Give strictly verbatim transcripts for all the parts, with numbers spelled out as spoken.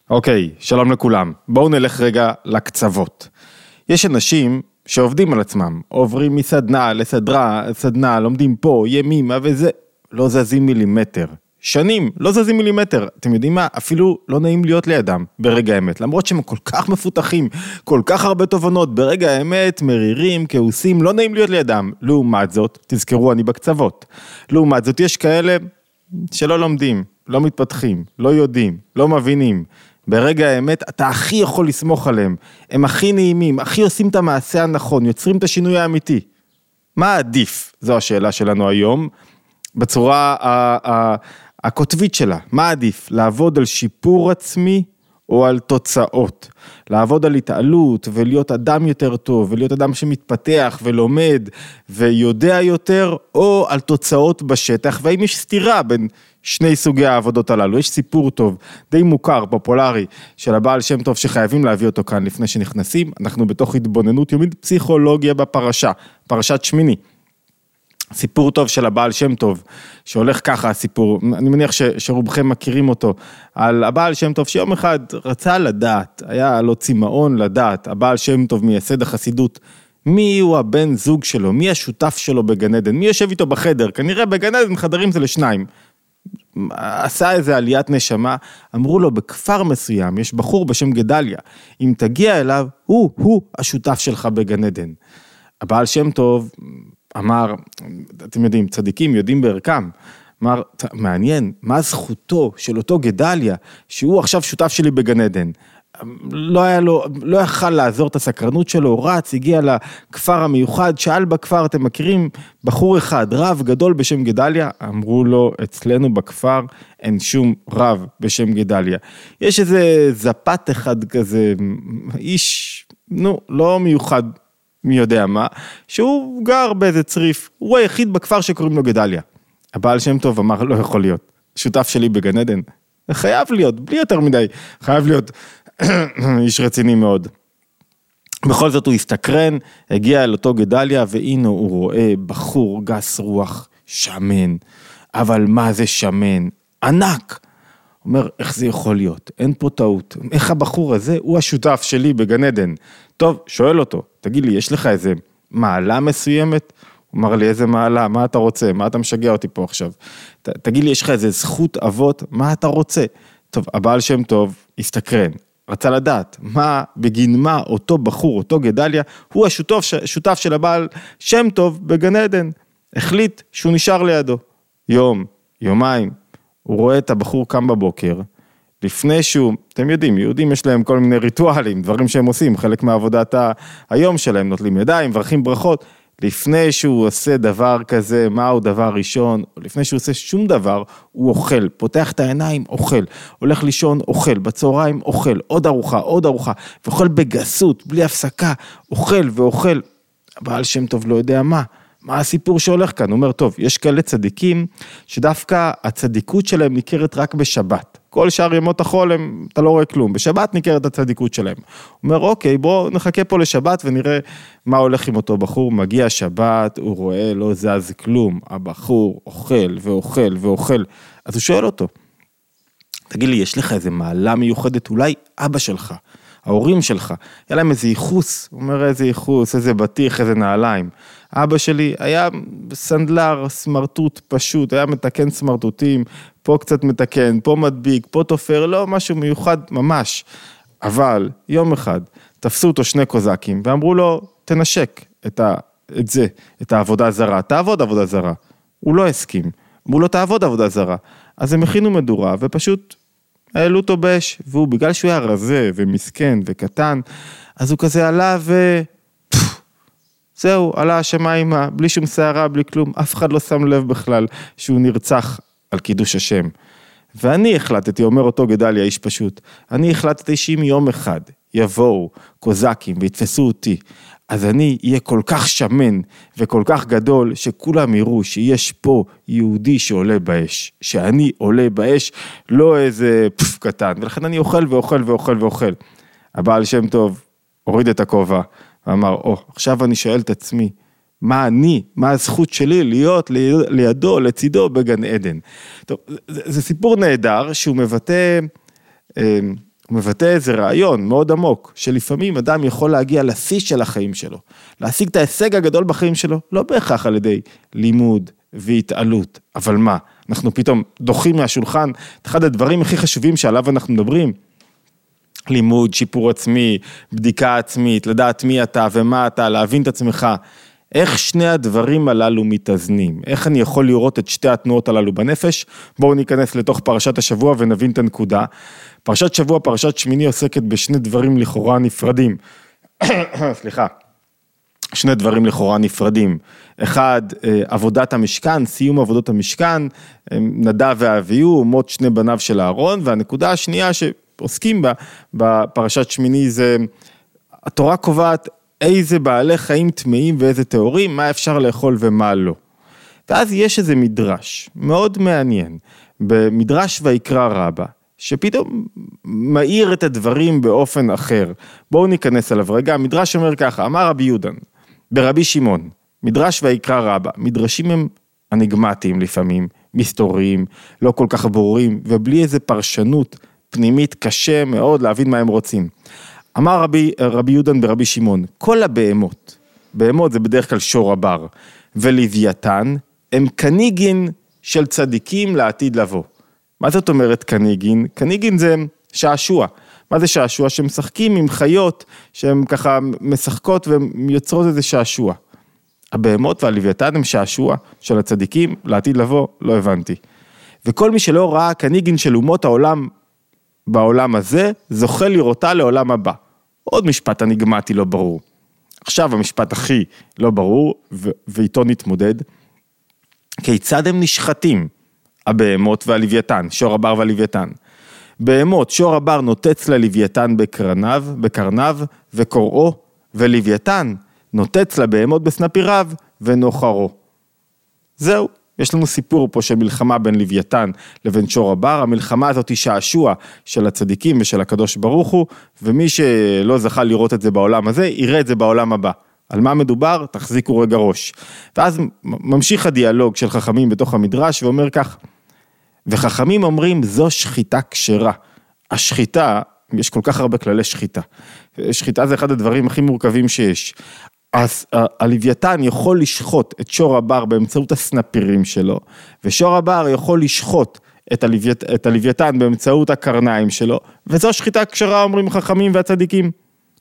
אוקיי, שלום לכולם. בואו נלך רגע לקצוות. יש אנשים שעובדים על עצמם, עוברים מסדנה לסדרה, סדנה, לומדים פה, ימימה וזה, לא זזים מילימטר. שנים, לא זזים מילימטר. אתם יודעים מה? אפילו לא נעים להיות לידם ברגע האמת. למרות שהם כל כך מפותחים, כל כך הרבה תובנות, ברגע האמת, מרירים, כעוסים, לא נעים להיות לידם. לעומת זאת, תזכרו, אני בקצוות. לעומת זאת, יש כאלה שלא לומדים, לא מתפתחים, לא יודעים, לא מבינים. ברגע האמת, אתה הכי יכול לסמוך עליהם. הם הכי נעימים, הכי עושים את המעשה הנכון, יוצרים את השינוי האמיתי. מה עדיף? זו השאלה שלנו היום. בצורה הכותבית שלה, מה עדיף? לעבוד על שיפור עצמי או על תוצאות? לעבוד על התעלות ולהיות אדם יותר טוב, ולהיות אדם שמתפתח ולומד ויודע יותר, או על תוצאות בשטח, והאם יש סתירה בין שני סוגי העבודות הללו? יש סיפור טוב, די מוכר, פופולרי, של הבעל שם טוב שחייבים להביא אותו כאן לפני שנכנסים. אנחנו בתוך התבוננות יומית פסיכולוגיה בפרשה, פרשת שמיני. סיפור טוב של הבעל שם טוב, שהולך ככה הסיפור, אני מניח ש, שרובכם מכירים אותו, על הבעל שם טוב שיום אחד רצה לדעת, היה לו צימאון לדעת, הבעל שם טוב מייסד החסידות, מי הוא הבן זוג שלו, מי השותף שלו בגן עדן, מי יושב איתו בחדר, כנראה בגן עדן חדרים זה לשניים, עשה איזה עליית נשמה, אמרו לו בכפר מסוים, יש בחור בשם גדליה, אם תגיע אליו, הוא, הוא השותף שלך בגן עדן. הבעל שם טוב אמר, אתם יודעים, צדיקים יודעים בערכם, אמר, מעניין, מה זכותו של אותו גדליה, שהוא עכשיו שותף שלי בגן עדן, לא היה לו, לא יכל לעזור את הסקרנות שלו, רץ, הגיע לכפר המיוחד, שאל בכפר, אתם מכירים, בחור אחד, רב גדול בשם גדליה, אמרו לו, אצלנו בכפר אין שום רב בשם גדליה, יש איזה זפת אחד כזה, איש, נו, לא מיוחד, מי יודע מה, שהוא גר באיזה צריף, הוא היחיד בכפר שקוראים לו גדליה. הבעל שם טוב אמר, לא יכול להיות, שותף שלי בגן עדן, חייב להיות, בלי יותר מדי, חייב להיות איש רציני מאוד. בכל זאת הוא הסתקרן, הגיע אל אותו גדליה, והנה הוא רואה בחור גס רוח, שמן, אבל מה זה שמן? ענק! אומר, איך זה יכול להיות? אין פה טעות. איך הבחור הזה הוא השותף שלי בגן עדן? טוב, שואל אותו, תגיד לי, יש לך איזה מעלה מסוימת? הוא אמר לי, איזה מעלה? מה אתה רוצה? מה אתה משגע אותי פה עכשיו? ת, תגיד לי, יש לך איזה זכות אבות? מה אתה רוצה? טוב, הבעל שם טוב הסתקרן, רצה לדעת, מה בגין מה אותו בחור, אותו גדליה, הוא השותף, שותף של הבעל שם טוב בגן עדן. החליט שהוא נשאר לידו. יום, יומיים, הוא רואה את הבחור קם בבוקר, לפני שהוא, אתם יודעים, יהודים יש להם כל מיני ריטואלים, דברים שהם עושים, חלק מהעבודת היום שלהם, נוטלים ידיים, מברכים ברכות, לפני שהוא עושה דבר כזה, מהו דבר ראשון, או לפני שהוא עושה שום דבר, הוא אוכל, פותח את העיניים, אוכל, הולך לישון, אוכל, בצהריים, אוכל, עוד ארוחה, עוד ארוחה, ואוכל בגסות, בלי הפסקה, אוכל ואוכל, הבעל שם טוב לא יודע מה, מה הסיפור שהולך כאן? הוא אומר, טוב, יש כאלה צדיקים, שדווקא הצדיקות שלהם ניכרת רק בשבת. כל שאר ימות החול, הם, אתה לא רואה כלום. בשבת ניכרת הצדיקות שלהם. הוא אומר, אוקיי, בואו נחכה פה לשבת, ונראה מה הולך עם אותו בחור. מגיע שבת, הוא רואה, לא זז כלום. הבחור אוכל ואוכל ואוכל. אז הוא שואל אותו, תגיד לי, יש לך איזה מעלה מיוחדת? אולי אבא שלך, ההורים שלך, היה להם איזה ייחוס. הוא אומר, איזה ייחוס, איזה בטיח, איזה נעליים. אבא שלי היה סנדלר, סמרטוט פשוט, היה מתקן סמרטוטים, פה קצת מתקן, פה מדביק, פה תופר, לא משהו מיוחד ממש. אבל יום אחד תפסו אותו שני קוזקים ואמרו לו, תנשק את, ה, את זה, את העבודה הזרה, תעבוד עבודה זרה. הוא לא הסכים, אמרו לו תעבוד עבודה זרה. אז הם הכינו מדורה ופשוט העלו אותו באש, והוא בגלל שהוא היה רזה ומסכן וקטן, אז הוא כזה עלה ו... זהו, עלה השמיימה, בלי שום שערה, בלי כלום, אף אחד לא שם לב בכלל שהוא נרצח על קידוש השם. ואני החלטתי, אומר אותו גדליה, איש פשוט, אני החלטתי שאם יום אחד יבואו קוזקים ויתפסו אותי, אז אני אהיה כל כך שמן וכל כך גדול, שכולם יראו שיש פה יהודי שעולה באש, שאני עולה באש, לא איזה פף קטן, ולכן אני אוכל ואוכל ואוכל ואוכל. הבעל שם טוב הוריד את הכובע, ואמר, או, עכשיו אני שואל את עצמי, מה אני, מה הזכות שלי להיות לידו, לצידו בגן עדן. טוב, זה, זה סיפור נהדר, שהוא מבטא, אה, הוא מבטא איזה רעיון מאוד עמוק, שלפעמים אדם יכול להגיע לשיא של החיים שלו, להשיג את ההישג הגדול בחיים שלו, לא בהכרח על ידי לימוד והתעלות, אבל מה? אנחנו פתאום דוחים מהשולחן, את אחד הדברים הכי חשובים שעליו אנחנו מדברים, לימוד, שיפור עצמי, בדיקה עצמית, לדעת מי אתה ומה אתה, להבין את עצמך, איך שני הדברים הללו מתאזנים, איך אני יכול לראות את שתי התנועות הללו בנפש, בואו ניכנס לתוך פרשת השבוע ונבין את הנקודה, פרשת שבוע, פרשת שמיני עוסקת בשני דברים לכאורה נפרדים, סליחה, שני דברים לכאורה נפרדים, אחד, עבודת המשכן, סיום עבודות המשכן, נדב ואביהו, מות שני בניו של אהרון, והנקודה השנייה שעוסקים בה, בפרשת שמיני זה, התורה קובעת איזה בעלי חיים טמאים ואיזה טהורים, מה אפשר לאכול ומה לא. ואז יש איזה מדרש, מאוד מעניין, במדרש ויקרא רבה, שפתאום מאיר את הדברים באופן אחר. בואו ניכנס עליו רגע, המדרש אומר ככה, אמר רבי יהודה, ברבי שמעון, מדרש ויקרא רבה, מדרשים הם אניגמטיים לפעמים, מסתוריים, לא כל כך ברורים, ובלי איזה פרשנות פנימית קשה מאוד להבין מה הם רוצים. אמר רבי, רבי יהודה ברבי שמעון, כל הבהמות, בהמות זה בדרך כלל שור הבר, ולוויתן, הם קניגין של צדיקים לעתיד לבוא. מה זאת אומרת קניגין? קניגין זה שעשוע. מה זה שעשוע? שמשחקים עם חיות, שהן ככה משחקות ויוצרות איזה שעשוע. הבהמות והלוויתן הם שעשוע של הצדיקים לעתיד לבוא, לא הבנתי. וכל מי שלא ראה קניגין של אומות העולם בעולם הזה, זוכה לראותה לעולם הבא. עוד משפט אניגמטי לא ברור. עכשיו המשפט הכי לא ברור, ו- ואיתו נתמודד. כיצד הם נשחטים? הבהמות והלוויתן, שור הבר והלוויתן. בהמות, שור הבר נוטץ ללוויתן בקרניו, בקרניו וקוראו, ולוויתן נוטץ לבהמות בסנפיריו ונוחרו. זהו, יש לנו סיפור פה של מלחמה בין לוויתן לבין שור הבר, המלחמה הזאת היא שעשוע של הצדיקים ושל הקדוש ברוך הוא, ומי שלא זכה לראות את זה בעולם הזה, יראה את זה בעולם הבא. על מה מדובר? תחזיקו רגע ראש. ואז ממשיך הדיאלוג של חכמים בתוך המדרש ואומר כך, וחכמים אומרים זו שחיטה כשרה. השחיטה, יש כל כך הרבה כללי שחיטה. שחיטה זה אחד הדברים הכי מורכבים שיש. אז הלוויתן יכול לשחוט את שור הבר באמצעות הסנפירים שלו, ושור הבר יכול לשחוט את, הלווית, את הלוויתן באמצעות הקרניים שלו, וזו שחיטה כשרה אומרים חכמים והצדיקים.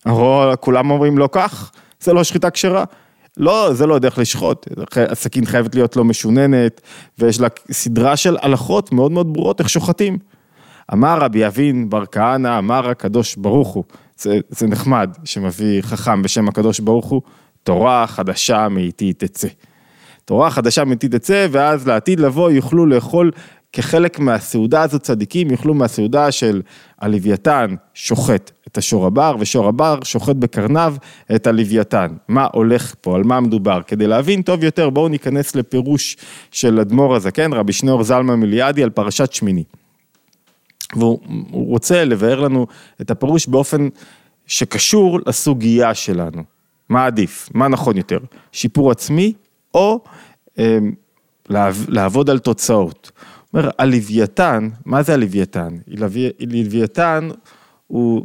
כולם אומרים לא כך, זה לא שחיטה כשרה. לא, זה לא דרך לשחוט, הסכין חייבת להיות לא משוננת, ויש לה סדרה של הלכות מאוד מאוד ברורות, איך שוחטים. אמר רבי אבין בר כהנא, אמר הקדוש ברוך הוא, זה, זה נחמד שמביא חכם בשם הקדוש ברוך הוא, תורה חדשה מאיתי תצא. תורה חדשה מאיתי תצא, ואז לעתיד לבוא יוכלו לאכול כחלק מהסעודה הזאת צדיקים, יוכלו מהסעודה של הלוויתן שוחט את השור הבר, ושור הבר שוחט בקרניו את הלוויתן. מה הולך פה, על מה מדובר? כדי להבין טוב יותר, בואו ניכנס לפירוש של אדמו"ר הזקן, רבי שניאור זלמן מיליאדי על פרשת שמיני. והוא רוצה לבאר לנו את הפירוש באופן שקשור לסוגיה שלנו. מה עדיף? מה נכון יותר? שיפור עצמי או אה, לעבוד על תוצאות? אומר, הלוויתן, מה זה הלוויתן? הלוויתן הוא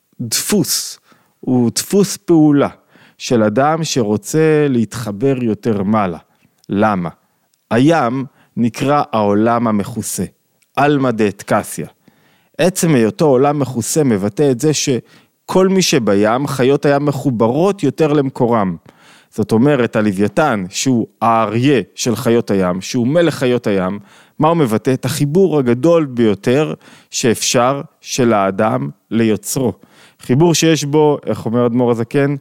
דפוס, הוא דפוס פעולה של אדם שרוצה להתחבר יותר מעלה. למה? הים נקרא העולם המכוסה, אלמא דאטקסיה. עצם היותו עולם מכוסה מבטא את זה שכל מי שבים, חיות הים מחוברות יותר למקורם. זאת אומרת, הלוויתן, שהוא האריה של חיות הים, שהוא מלך חיות הים, מה הוא מבטא? את החיבור הגדול ביותר שאפשר של האדם ליוצרו. חיבור שיש בו, איך אומר אדמו"ר הזקן,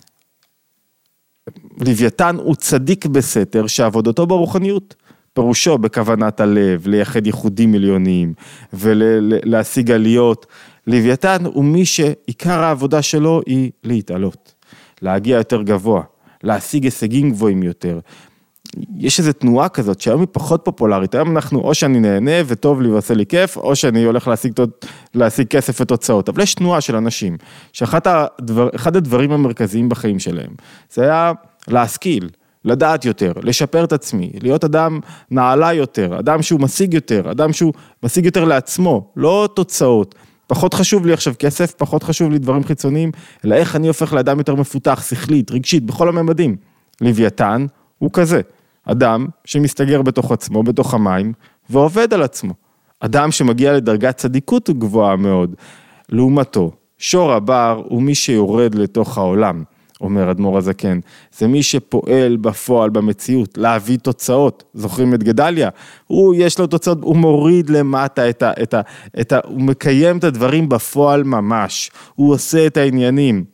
לוויתן הוא צדיק בסתר שעבודתו ברוחניות. פירושו בכוונת הלב, לייחד ייחודים עליוניים ולהשיג עליות. לוויתן הוא מי שעיקר העבודה שלו היא להתעלות, להגיע יותר גבוה, להשיג הישגים גבוהים יותר. יש איזו תנועה כזאת שהיום היא פחות פופולרית, היום אנחנו או שאני נהנה וטוב לי ועושה לי כיף, או שאני הולך להשיג, להשיג כסף ותוצאות, אבל יש תנועה של אנשים, שאחד הדבר, אחד הדברים המרכזיים בחיים שלהם, זה היה להשכיל, לדעת יותר, לשפר את עצמי, להיות אדם נעלה יותר, אדם שהוא משיג יותר, אדם שהוא משיג יותר לעצמו, לא תוצאות. פחות חשוב לי עכשיו כסף, פחות חשוב לי דברים חיצוניים, אלא איך אני הופך לאדם יותר מפותח, שכלית, רגשית, בכל הממדים. לוויתן הוא כזה, אדם שמסתגר בתוך עצמו, בתוך המים, ועובד על עצמו. אדם שמגיע לדרגת צדיקות גבוהה מאוד, לעומתו, שור הבר הוא מי שיורד לתוך העולם, אומר אדמו"ר הזקן, זה מי שפועל בפועל במציאות, להביא תוצאות, זוכרים את גדליה? הוא יש לו תוצאות, הוא מוריד למטה את ה, את ה, את ה, הוא מקיים את הדברים בפועל ממש, הוא עושה את העניינים,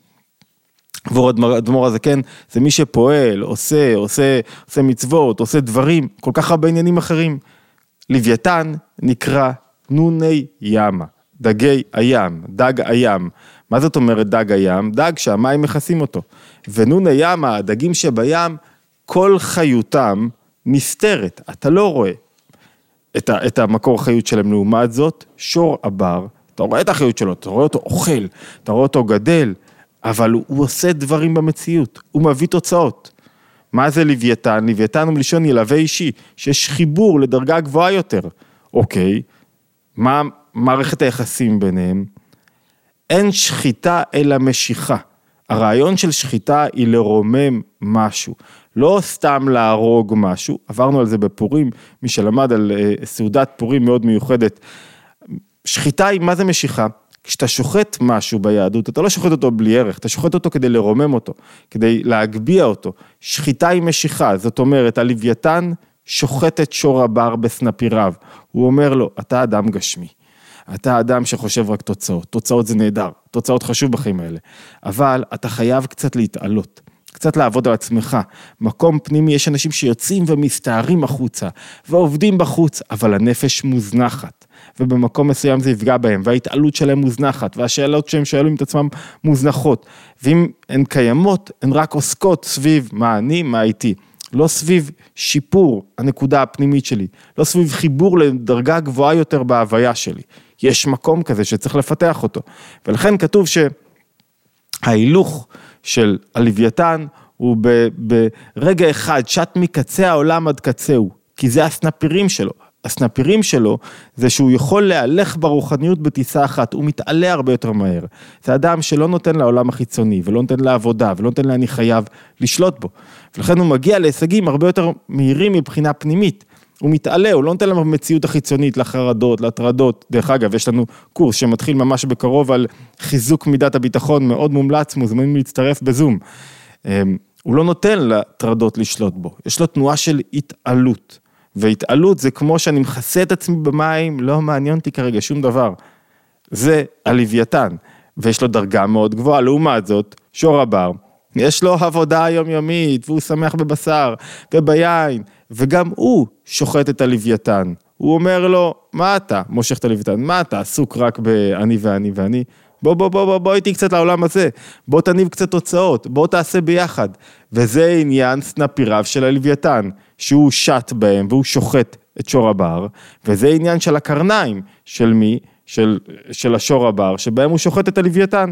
ואדמו"ר הזקן זה מי שפועל, עושה, עושה, עושה מצוות, עושה דברים, כל כך הרבה עניינים אחרים. לוויתן נקרא נוני ימה, דגי הים, דג הים. מה זאת אומרת דג הים? דג שהמים מכסים אותו. ונוני ימה, הדגים שבים, כל חיותם נסתרת. אתה לא רואה את, ה, את המקור חיות שלהם. לעומת זאת, שור הבר, אתה רואה את החיות שלו, אתה רואה אותו אוכל, אתה רואה אותו גדל, אבל הוא, הוא עושה דברים במציאות, הוא מביא תוצאות. מה זה לוויתן? לוויתן הוא מלשון ילווה אישי, שיש חיבור לדרגה גבוהה יותר. אוקיי, מה מערכת היחסים ביניהם? אין שחיטה אלא משיכה. הרעיון של שחיטה היא לרומם משהו, לא סתם להרוג משהו, עברנו על זה בפורים, מי שלמד על סעודת פורים מאוד מיוחדת. שחיטה היא, מה זה משיכה? כשאתה שוחט משהו ביהדות, אתה לא שוחט אותו בלי ערך, אתה שוחט אותו כדי לרומם אותו, כדי להגביע אותו. שחיטה היא משיכה, זאת אומרת, הלוויתן שוחט את שור הבר בסנפיריו. הוא אומר לו, אתה אדם גשמי, אתה אדם שחושב רק תוצאות, תוצאות זה נהדר, תוצאות חשוב בחיים האלה, אבל אתה חייב קצת להתעלות, קצת לעבוד על עצמך, מקום פנימי, יש אנשים שיוצאים ומסתערים החוצה, ועובדים בחוץ, אבל הנפש מוזנחת, ובמקום מסוים זה יפגע בהם, וההתעלות שלהם מוזנחת, והשאלות שהם שאלו את עצמם מוזנחות, ואם הן קיימות, הן רק עוסקות סביב מה אני, מה איתי, לא סביב שיפור הנקודה הפנימית שלי, לא סביב חיבור לדרגה גבוהה יותר בהוויה שלי, יש מקום כזה שצריך לפתח אותו, ולכן כתוב שההילוך של הלוויתן הוא ברגע אחד, שט מקצה העולם עד קצהו, כי זה הסנפירים שלו, הסנפירים שלו זה שהוא יכול להלך ברוחניות בטיסה אחת, הוא מתעלה הרבה יותר מהר, זה אדם שלא נותן לעולם החיצוני, ולא נותן לעבודה, ולא נותן להני חייו לשלוט בו, ולכן הוא מגיע להישגים הרבה יותר מהירים מבחינה פנימית, הוא מתעלה, הוא לא נותן לנו מציאות החיצונית, לחרדות, להטרדות, דרך אגב, יש לנו קורס שמתחיל ממש בקרוב על חיזוק מידת הביטחון, מאוד מומלץ, מוזמנים להצטרף בזום, הוא לא נותן להטרדות לשלוט בו, יש לו תנועה של התעלות, והתעלות זה כמו שאני מכסה את עצמי במים, לא מעניין אותי כרגע שום דבר, זה הלוויתן, ויש לו דרגה מאוד גבוהה, לעומת זאת, שור הבר, יש לו עבודה יומיומית, והוא שמח בבשר וביין, וגם הוא שוחט את הלוויתן, הוא אומר לו, מה אתה מושך את הלוויתן, מה אתה עסוק רק באני ואני ואני, בוא בוא בוא בוא בוא איתי קצת לעולם הזה, בוא תניב קצת תוצאות, בוא תעשה ביחד, וזה עניין סנפיריו של הלוויתן, שהוא שט בהם והוא שוחט את שור הבר, וזה עניין של הקרניים, של מי? של, של השור הבר, שבהם הוא שוחט את הלוויתן,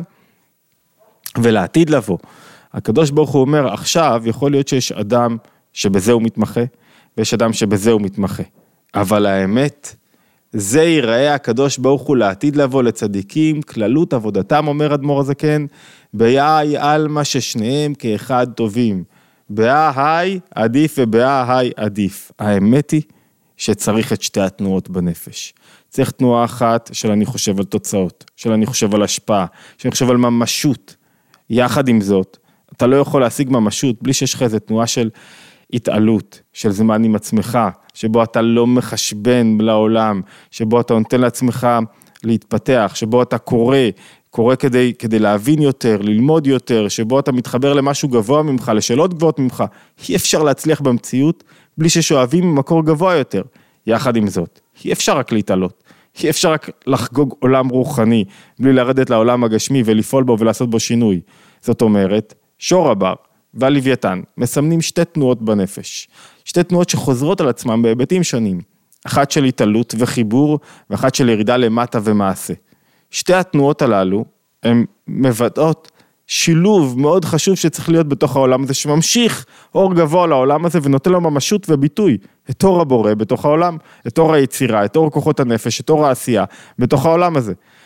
ולעתיד לבוא, הקדוש ברוך הוא אומר, עכשיו יכול להיות שיש אדם שבזה הוא מתמחה, ויש אדם שבזה הוא מתמחה, אבל האמת, זה ייראה הקדוש ברוך הוא לעתיד לבוא לצדיקים, כללות עבודתם, אומר אדמו"ר הזקן, ביאי אלמה ששניהם כאחד טובים, בהאי עדיף ובהאי עדיף. האמת היא שצריך את שתי התנועות בנפש. צריך תנועה אחת של אני חושב על תוצאות, של אני חושב על השפעה, של אני חושב על ממשות. יחד עם זאת, אתה לא יכול להשיג ממשות בלי שיש לך איזו תנועה של התעלות, של זמן עם עצמך, שבו אתה לא מחשבן לעולם, שבו אתה נותן לעצמך להתפתח, שבו אתה קורא, קורא כדי, כדי להבין יותר, ללמוד יותר, שבו אתה מתחבר למשהו גבוה ממך, לשאלות גבוהות ממך, אי אפשר להצליח במציאות, בלי ששואבים ממקור גבוה יותר. יחד עם זאת, אי אפשר רק להתעלות, אי אפשר רק לחגוג עולם רוחני, בלי לרדת לעולם הגשמי ולפעול בו ולעשות בו שינוי. זאת אומרת, שור הבר והלוויתן מסמנים שתי תנועות בנפש, שתי תנועות שחוזרות על עצמם בהיבטים שונים, אחת של התעלות וחיבור, ואחת של ירידה למטה ומעשה. שתי התנועות הללו, הן מבטאות שילוב מאוד חשוב שצריך להיות בתוך העולם הזה, שממשיך אור גבוה לעולם הזה, ונותן לו ממשות וביטוי, את אור הבורא בתוך העולם, את אור היצירה, את אור כוחות הנפש, את אור העשייה, בתוך העולם הזה.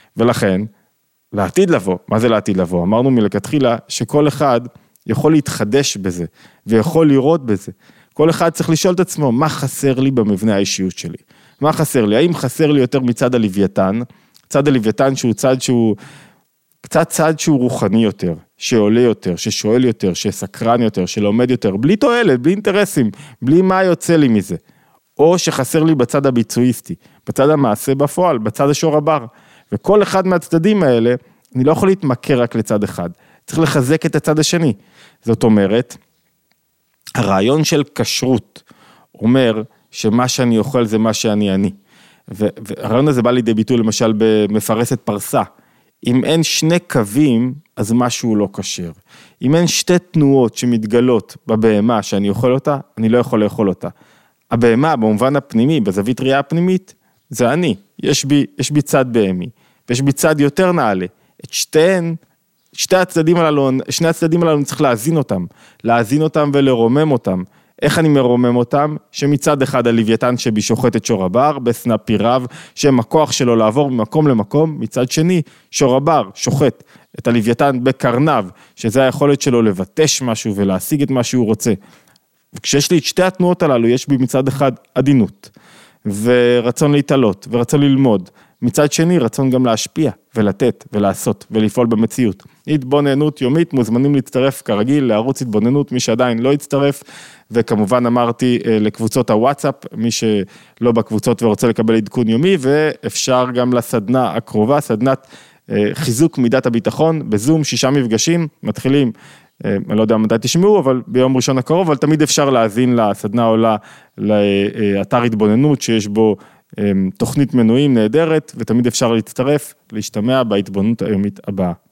ולכן, לעתיד לבוא, מה זה לעתיד לבוא? אמרנו מלכתחילה שכל אחד יכול להתחדש בזה, ויכול לראות בזה. כל אחד צריך לשאול את עצמו, מה חסר לי במבנה האישיות שלי? מה חסר לי? האם חסר לי יותר מצד הלוויתן? צד הלוויתן שהוא צד שהוא, קצת צד שהוא רוחני יותר, שעולה יותר, ששואל יותר, שסקרן יותר, שלומד יותר, בלי תועלת, בלי אינטרסים, בלי מה יוצא לי מזה. או שחסר לי בצד הביצועיסטי, בצד המעשה בפועל, בצד השור הבר. וכל אחד מהצדדים האלה, אני לא יכול להתמכר רק לצד אחד. צריך לחזק את הצד השני. זאת אומרת, הרעיון של כשרות אומר שמה שאני אוכל זה מה שאני אני. והרעיון הזה בא לידי ביטוי למשל במפרסת פרסה. אם אין שני קווים, אז משהו לא כשר. אם אין שתי תנועות שמתגלות בבהמה שאני אוכל אותה, אני לא יכול לאכול אותה. הבהמה במובן הפנימי, בזווית ראייה הפנימית, זה אני. יש בי, יש בי צד בהמי, ויש בי צד יותר נעלה. את שתיהן, שתי הצדדים הללו, שני הצדדים הללו צריך להזין אותם, להזין אותם ולרומם אותם. איך אני מרומם אותם? שמצד אחד הלוויתן שבי שוחט את שור הבר, בסנה פיריו, שהם הכוח שלו לעבור ממקום למקום, מצד שני, שור הבר שוחט את הלוויתן בקרניו, שזה היכולת שלו לבטש משהו ולהשיג את מה שהוא רוצה. וכשיש לי את שתי התנועות הללו, יש בי מצד אחד עדינות, ורצון להתעלות, ורצון ללמוד, מצד שני רצון גם להשפיע, ולתת, ולעשות, ולפעול במציאות. התבוננות יומית, מוזמנים להצטרף כרגיל, לערוץ התבוננות, מי שעדיין לא יצטרף, וכמובן אמרתי לקבוצות הוואטסאפ, מי שלא בקבוצות ורוצה לקבל עדכון יומי, ואפשר גם לסדנה הקרובה, סדנת חיזוק מידת הביטחון, בזום, שישה מפגשים, מתחילים, אני לא יודע מתי תשמעו, אבל ביום ראשון הקרוב, אבל תמיד אפשר להזין לסדנה עולה לאתר התבוננות, שיש בו תוכנית מנויים נהדרת, ותמיד אפשר להצטרף, להשתמע בהתבוננות היומית הבאה.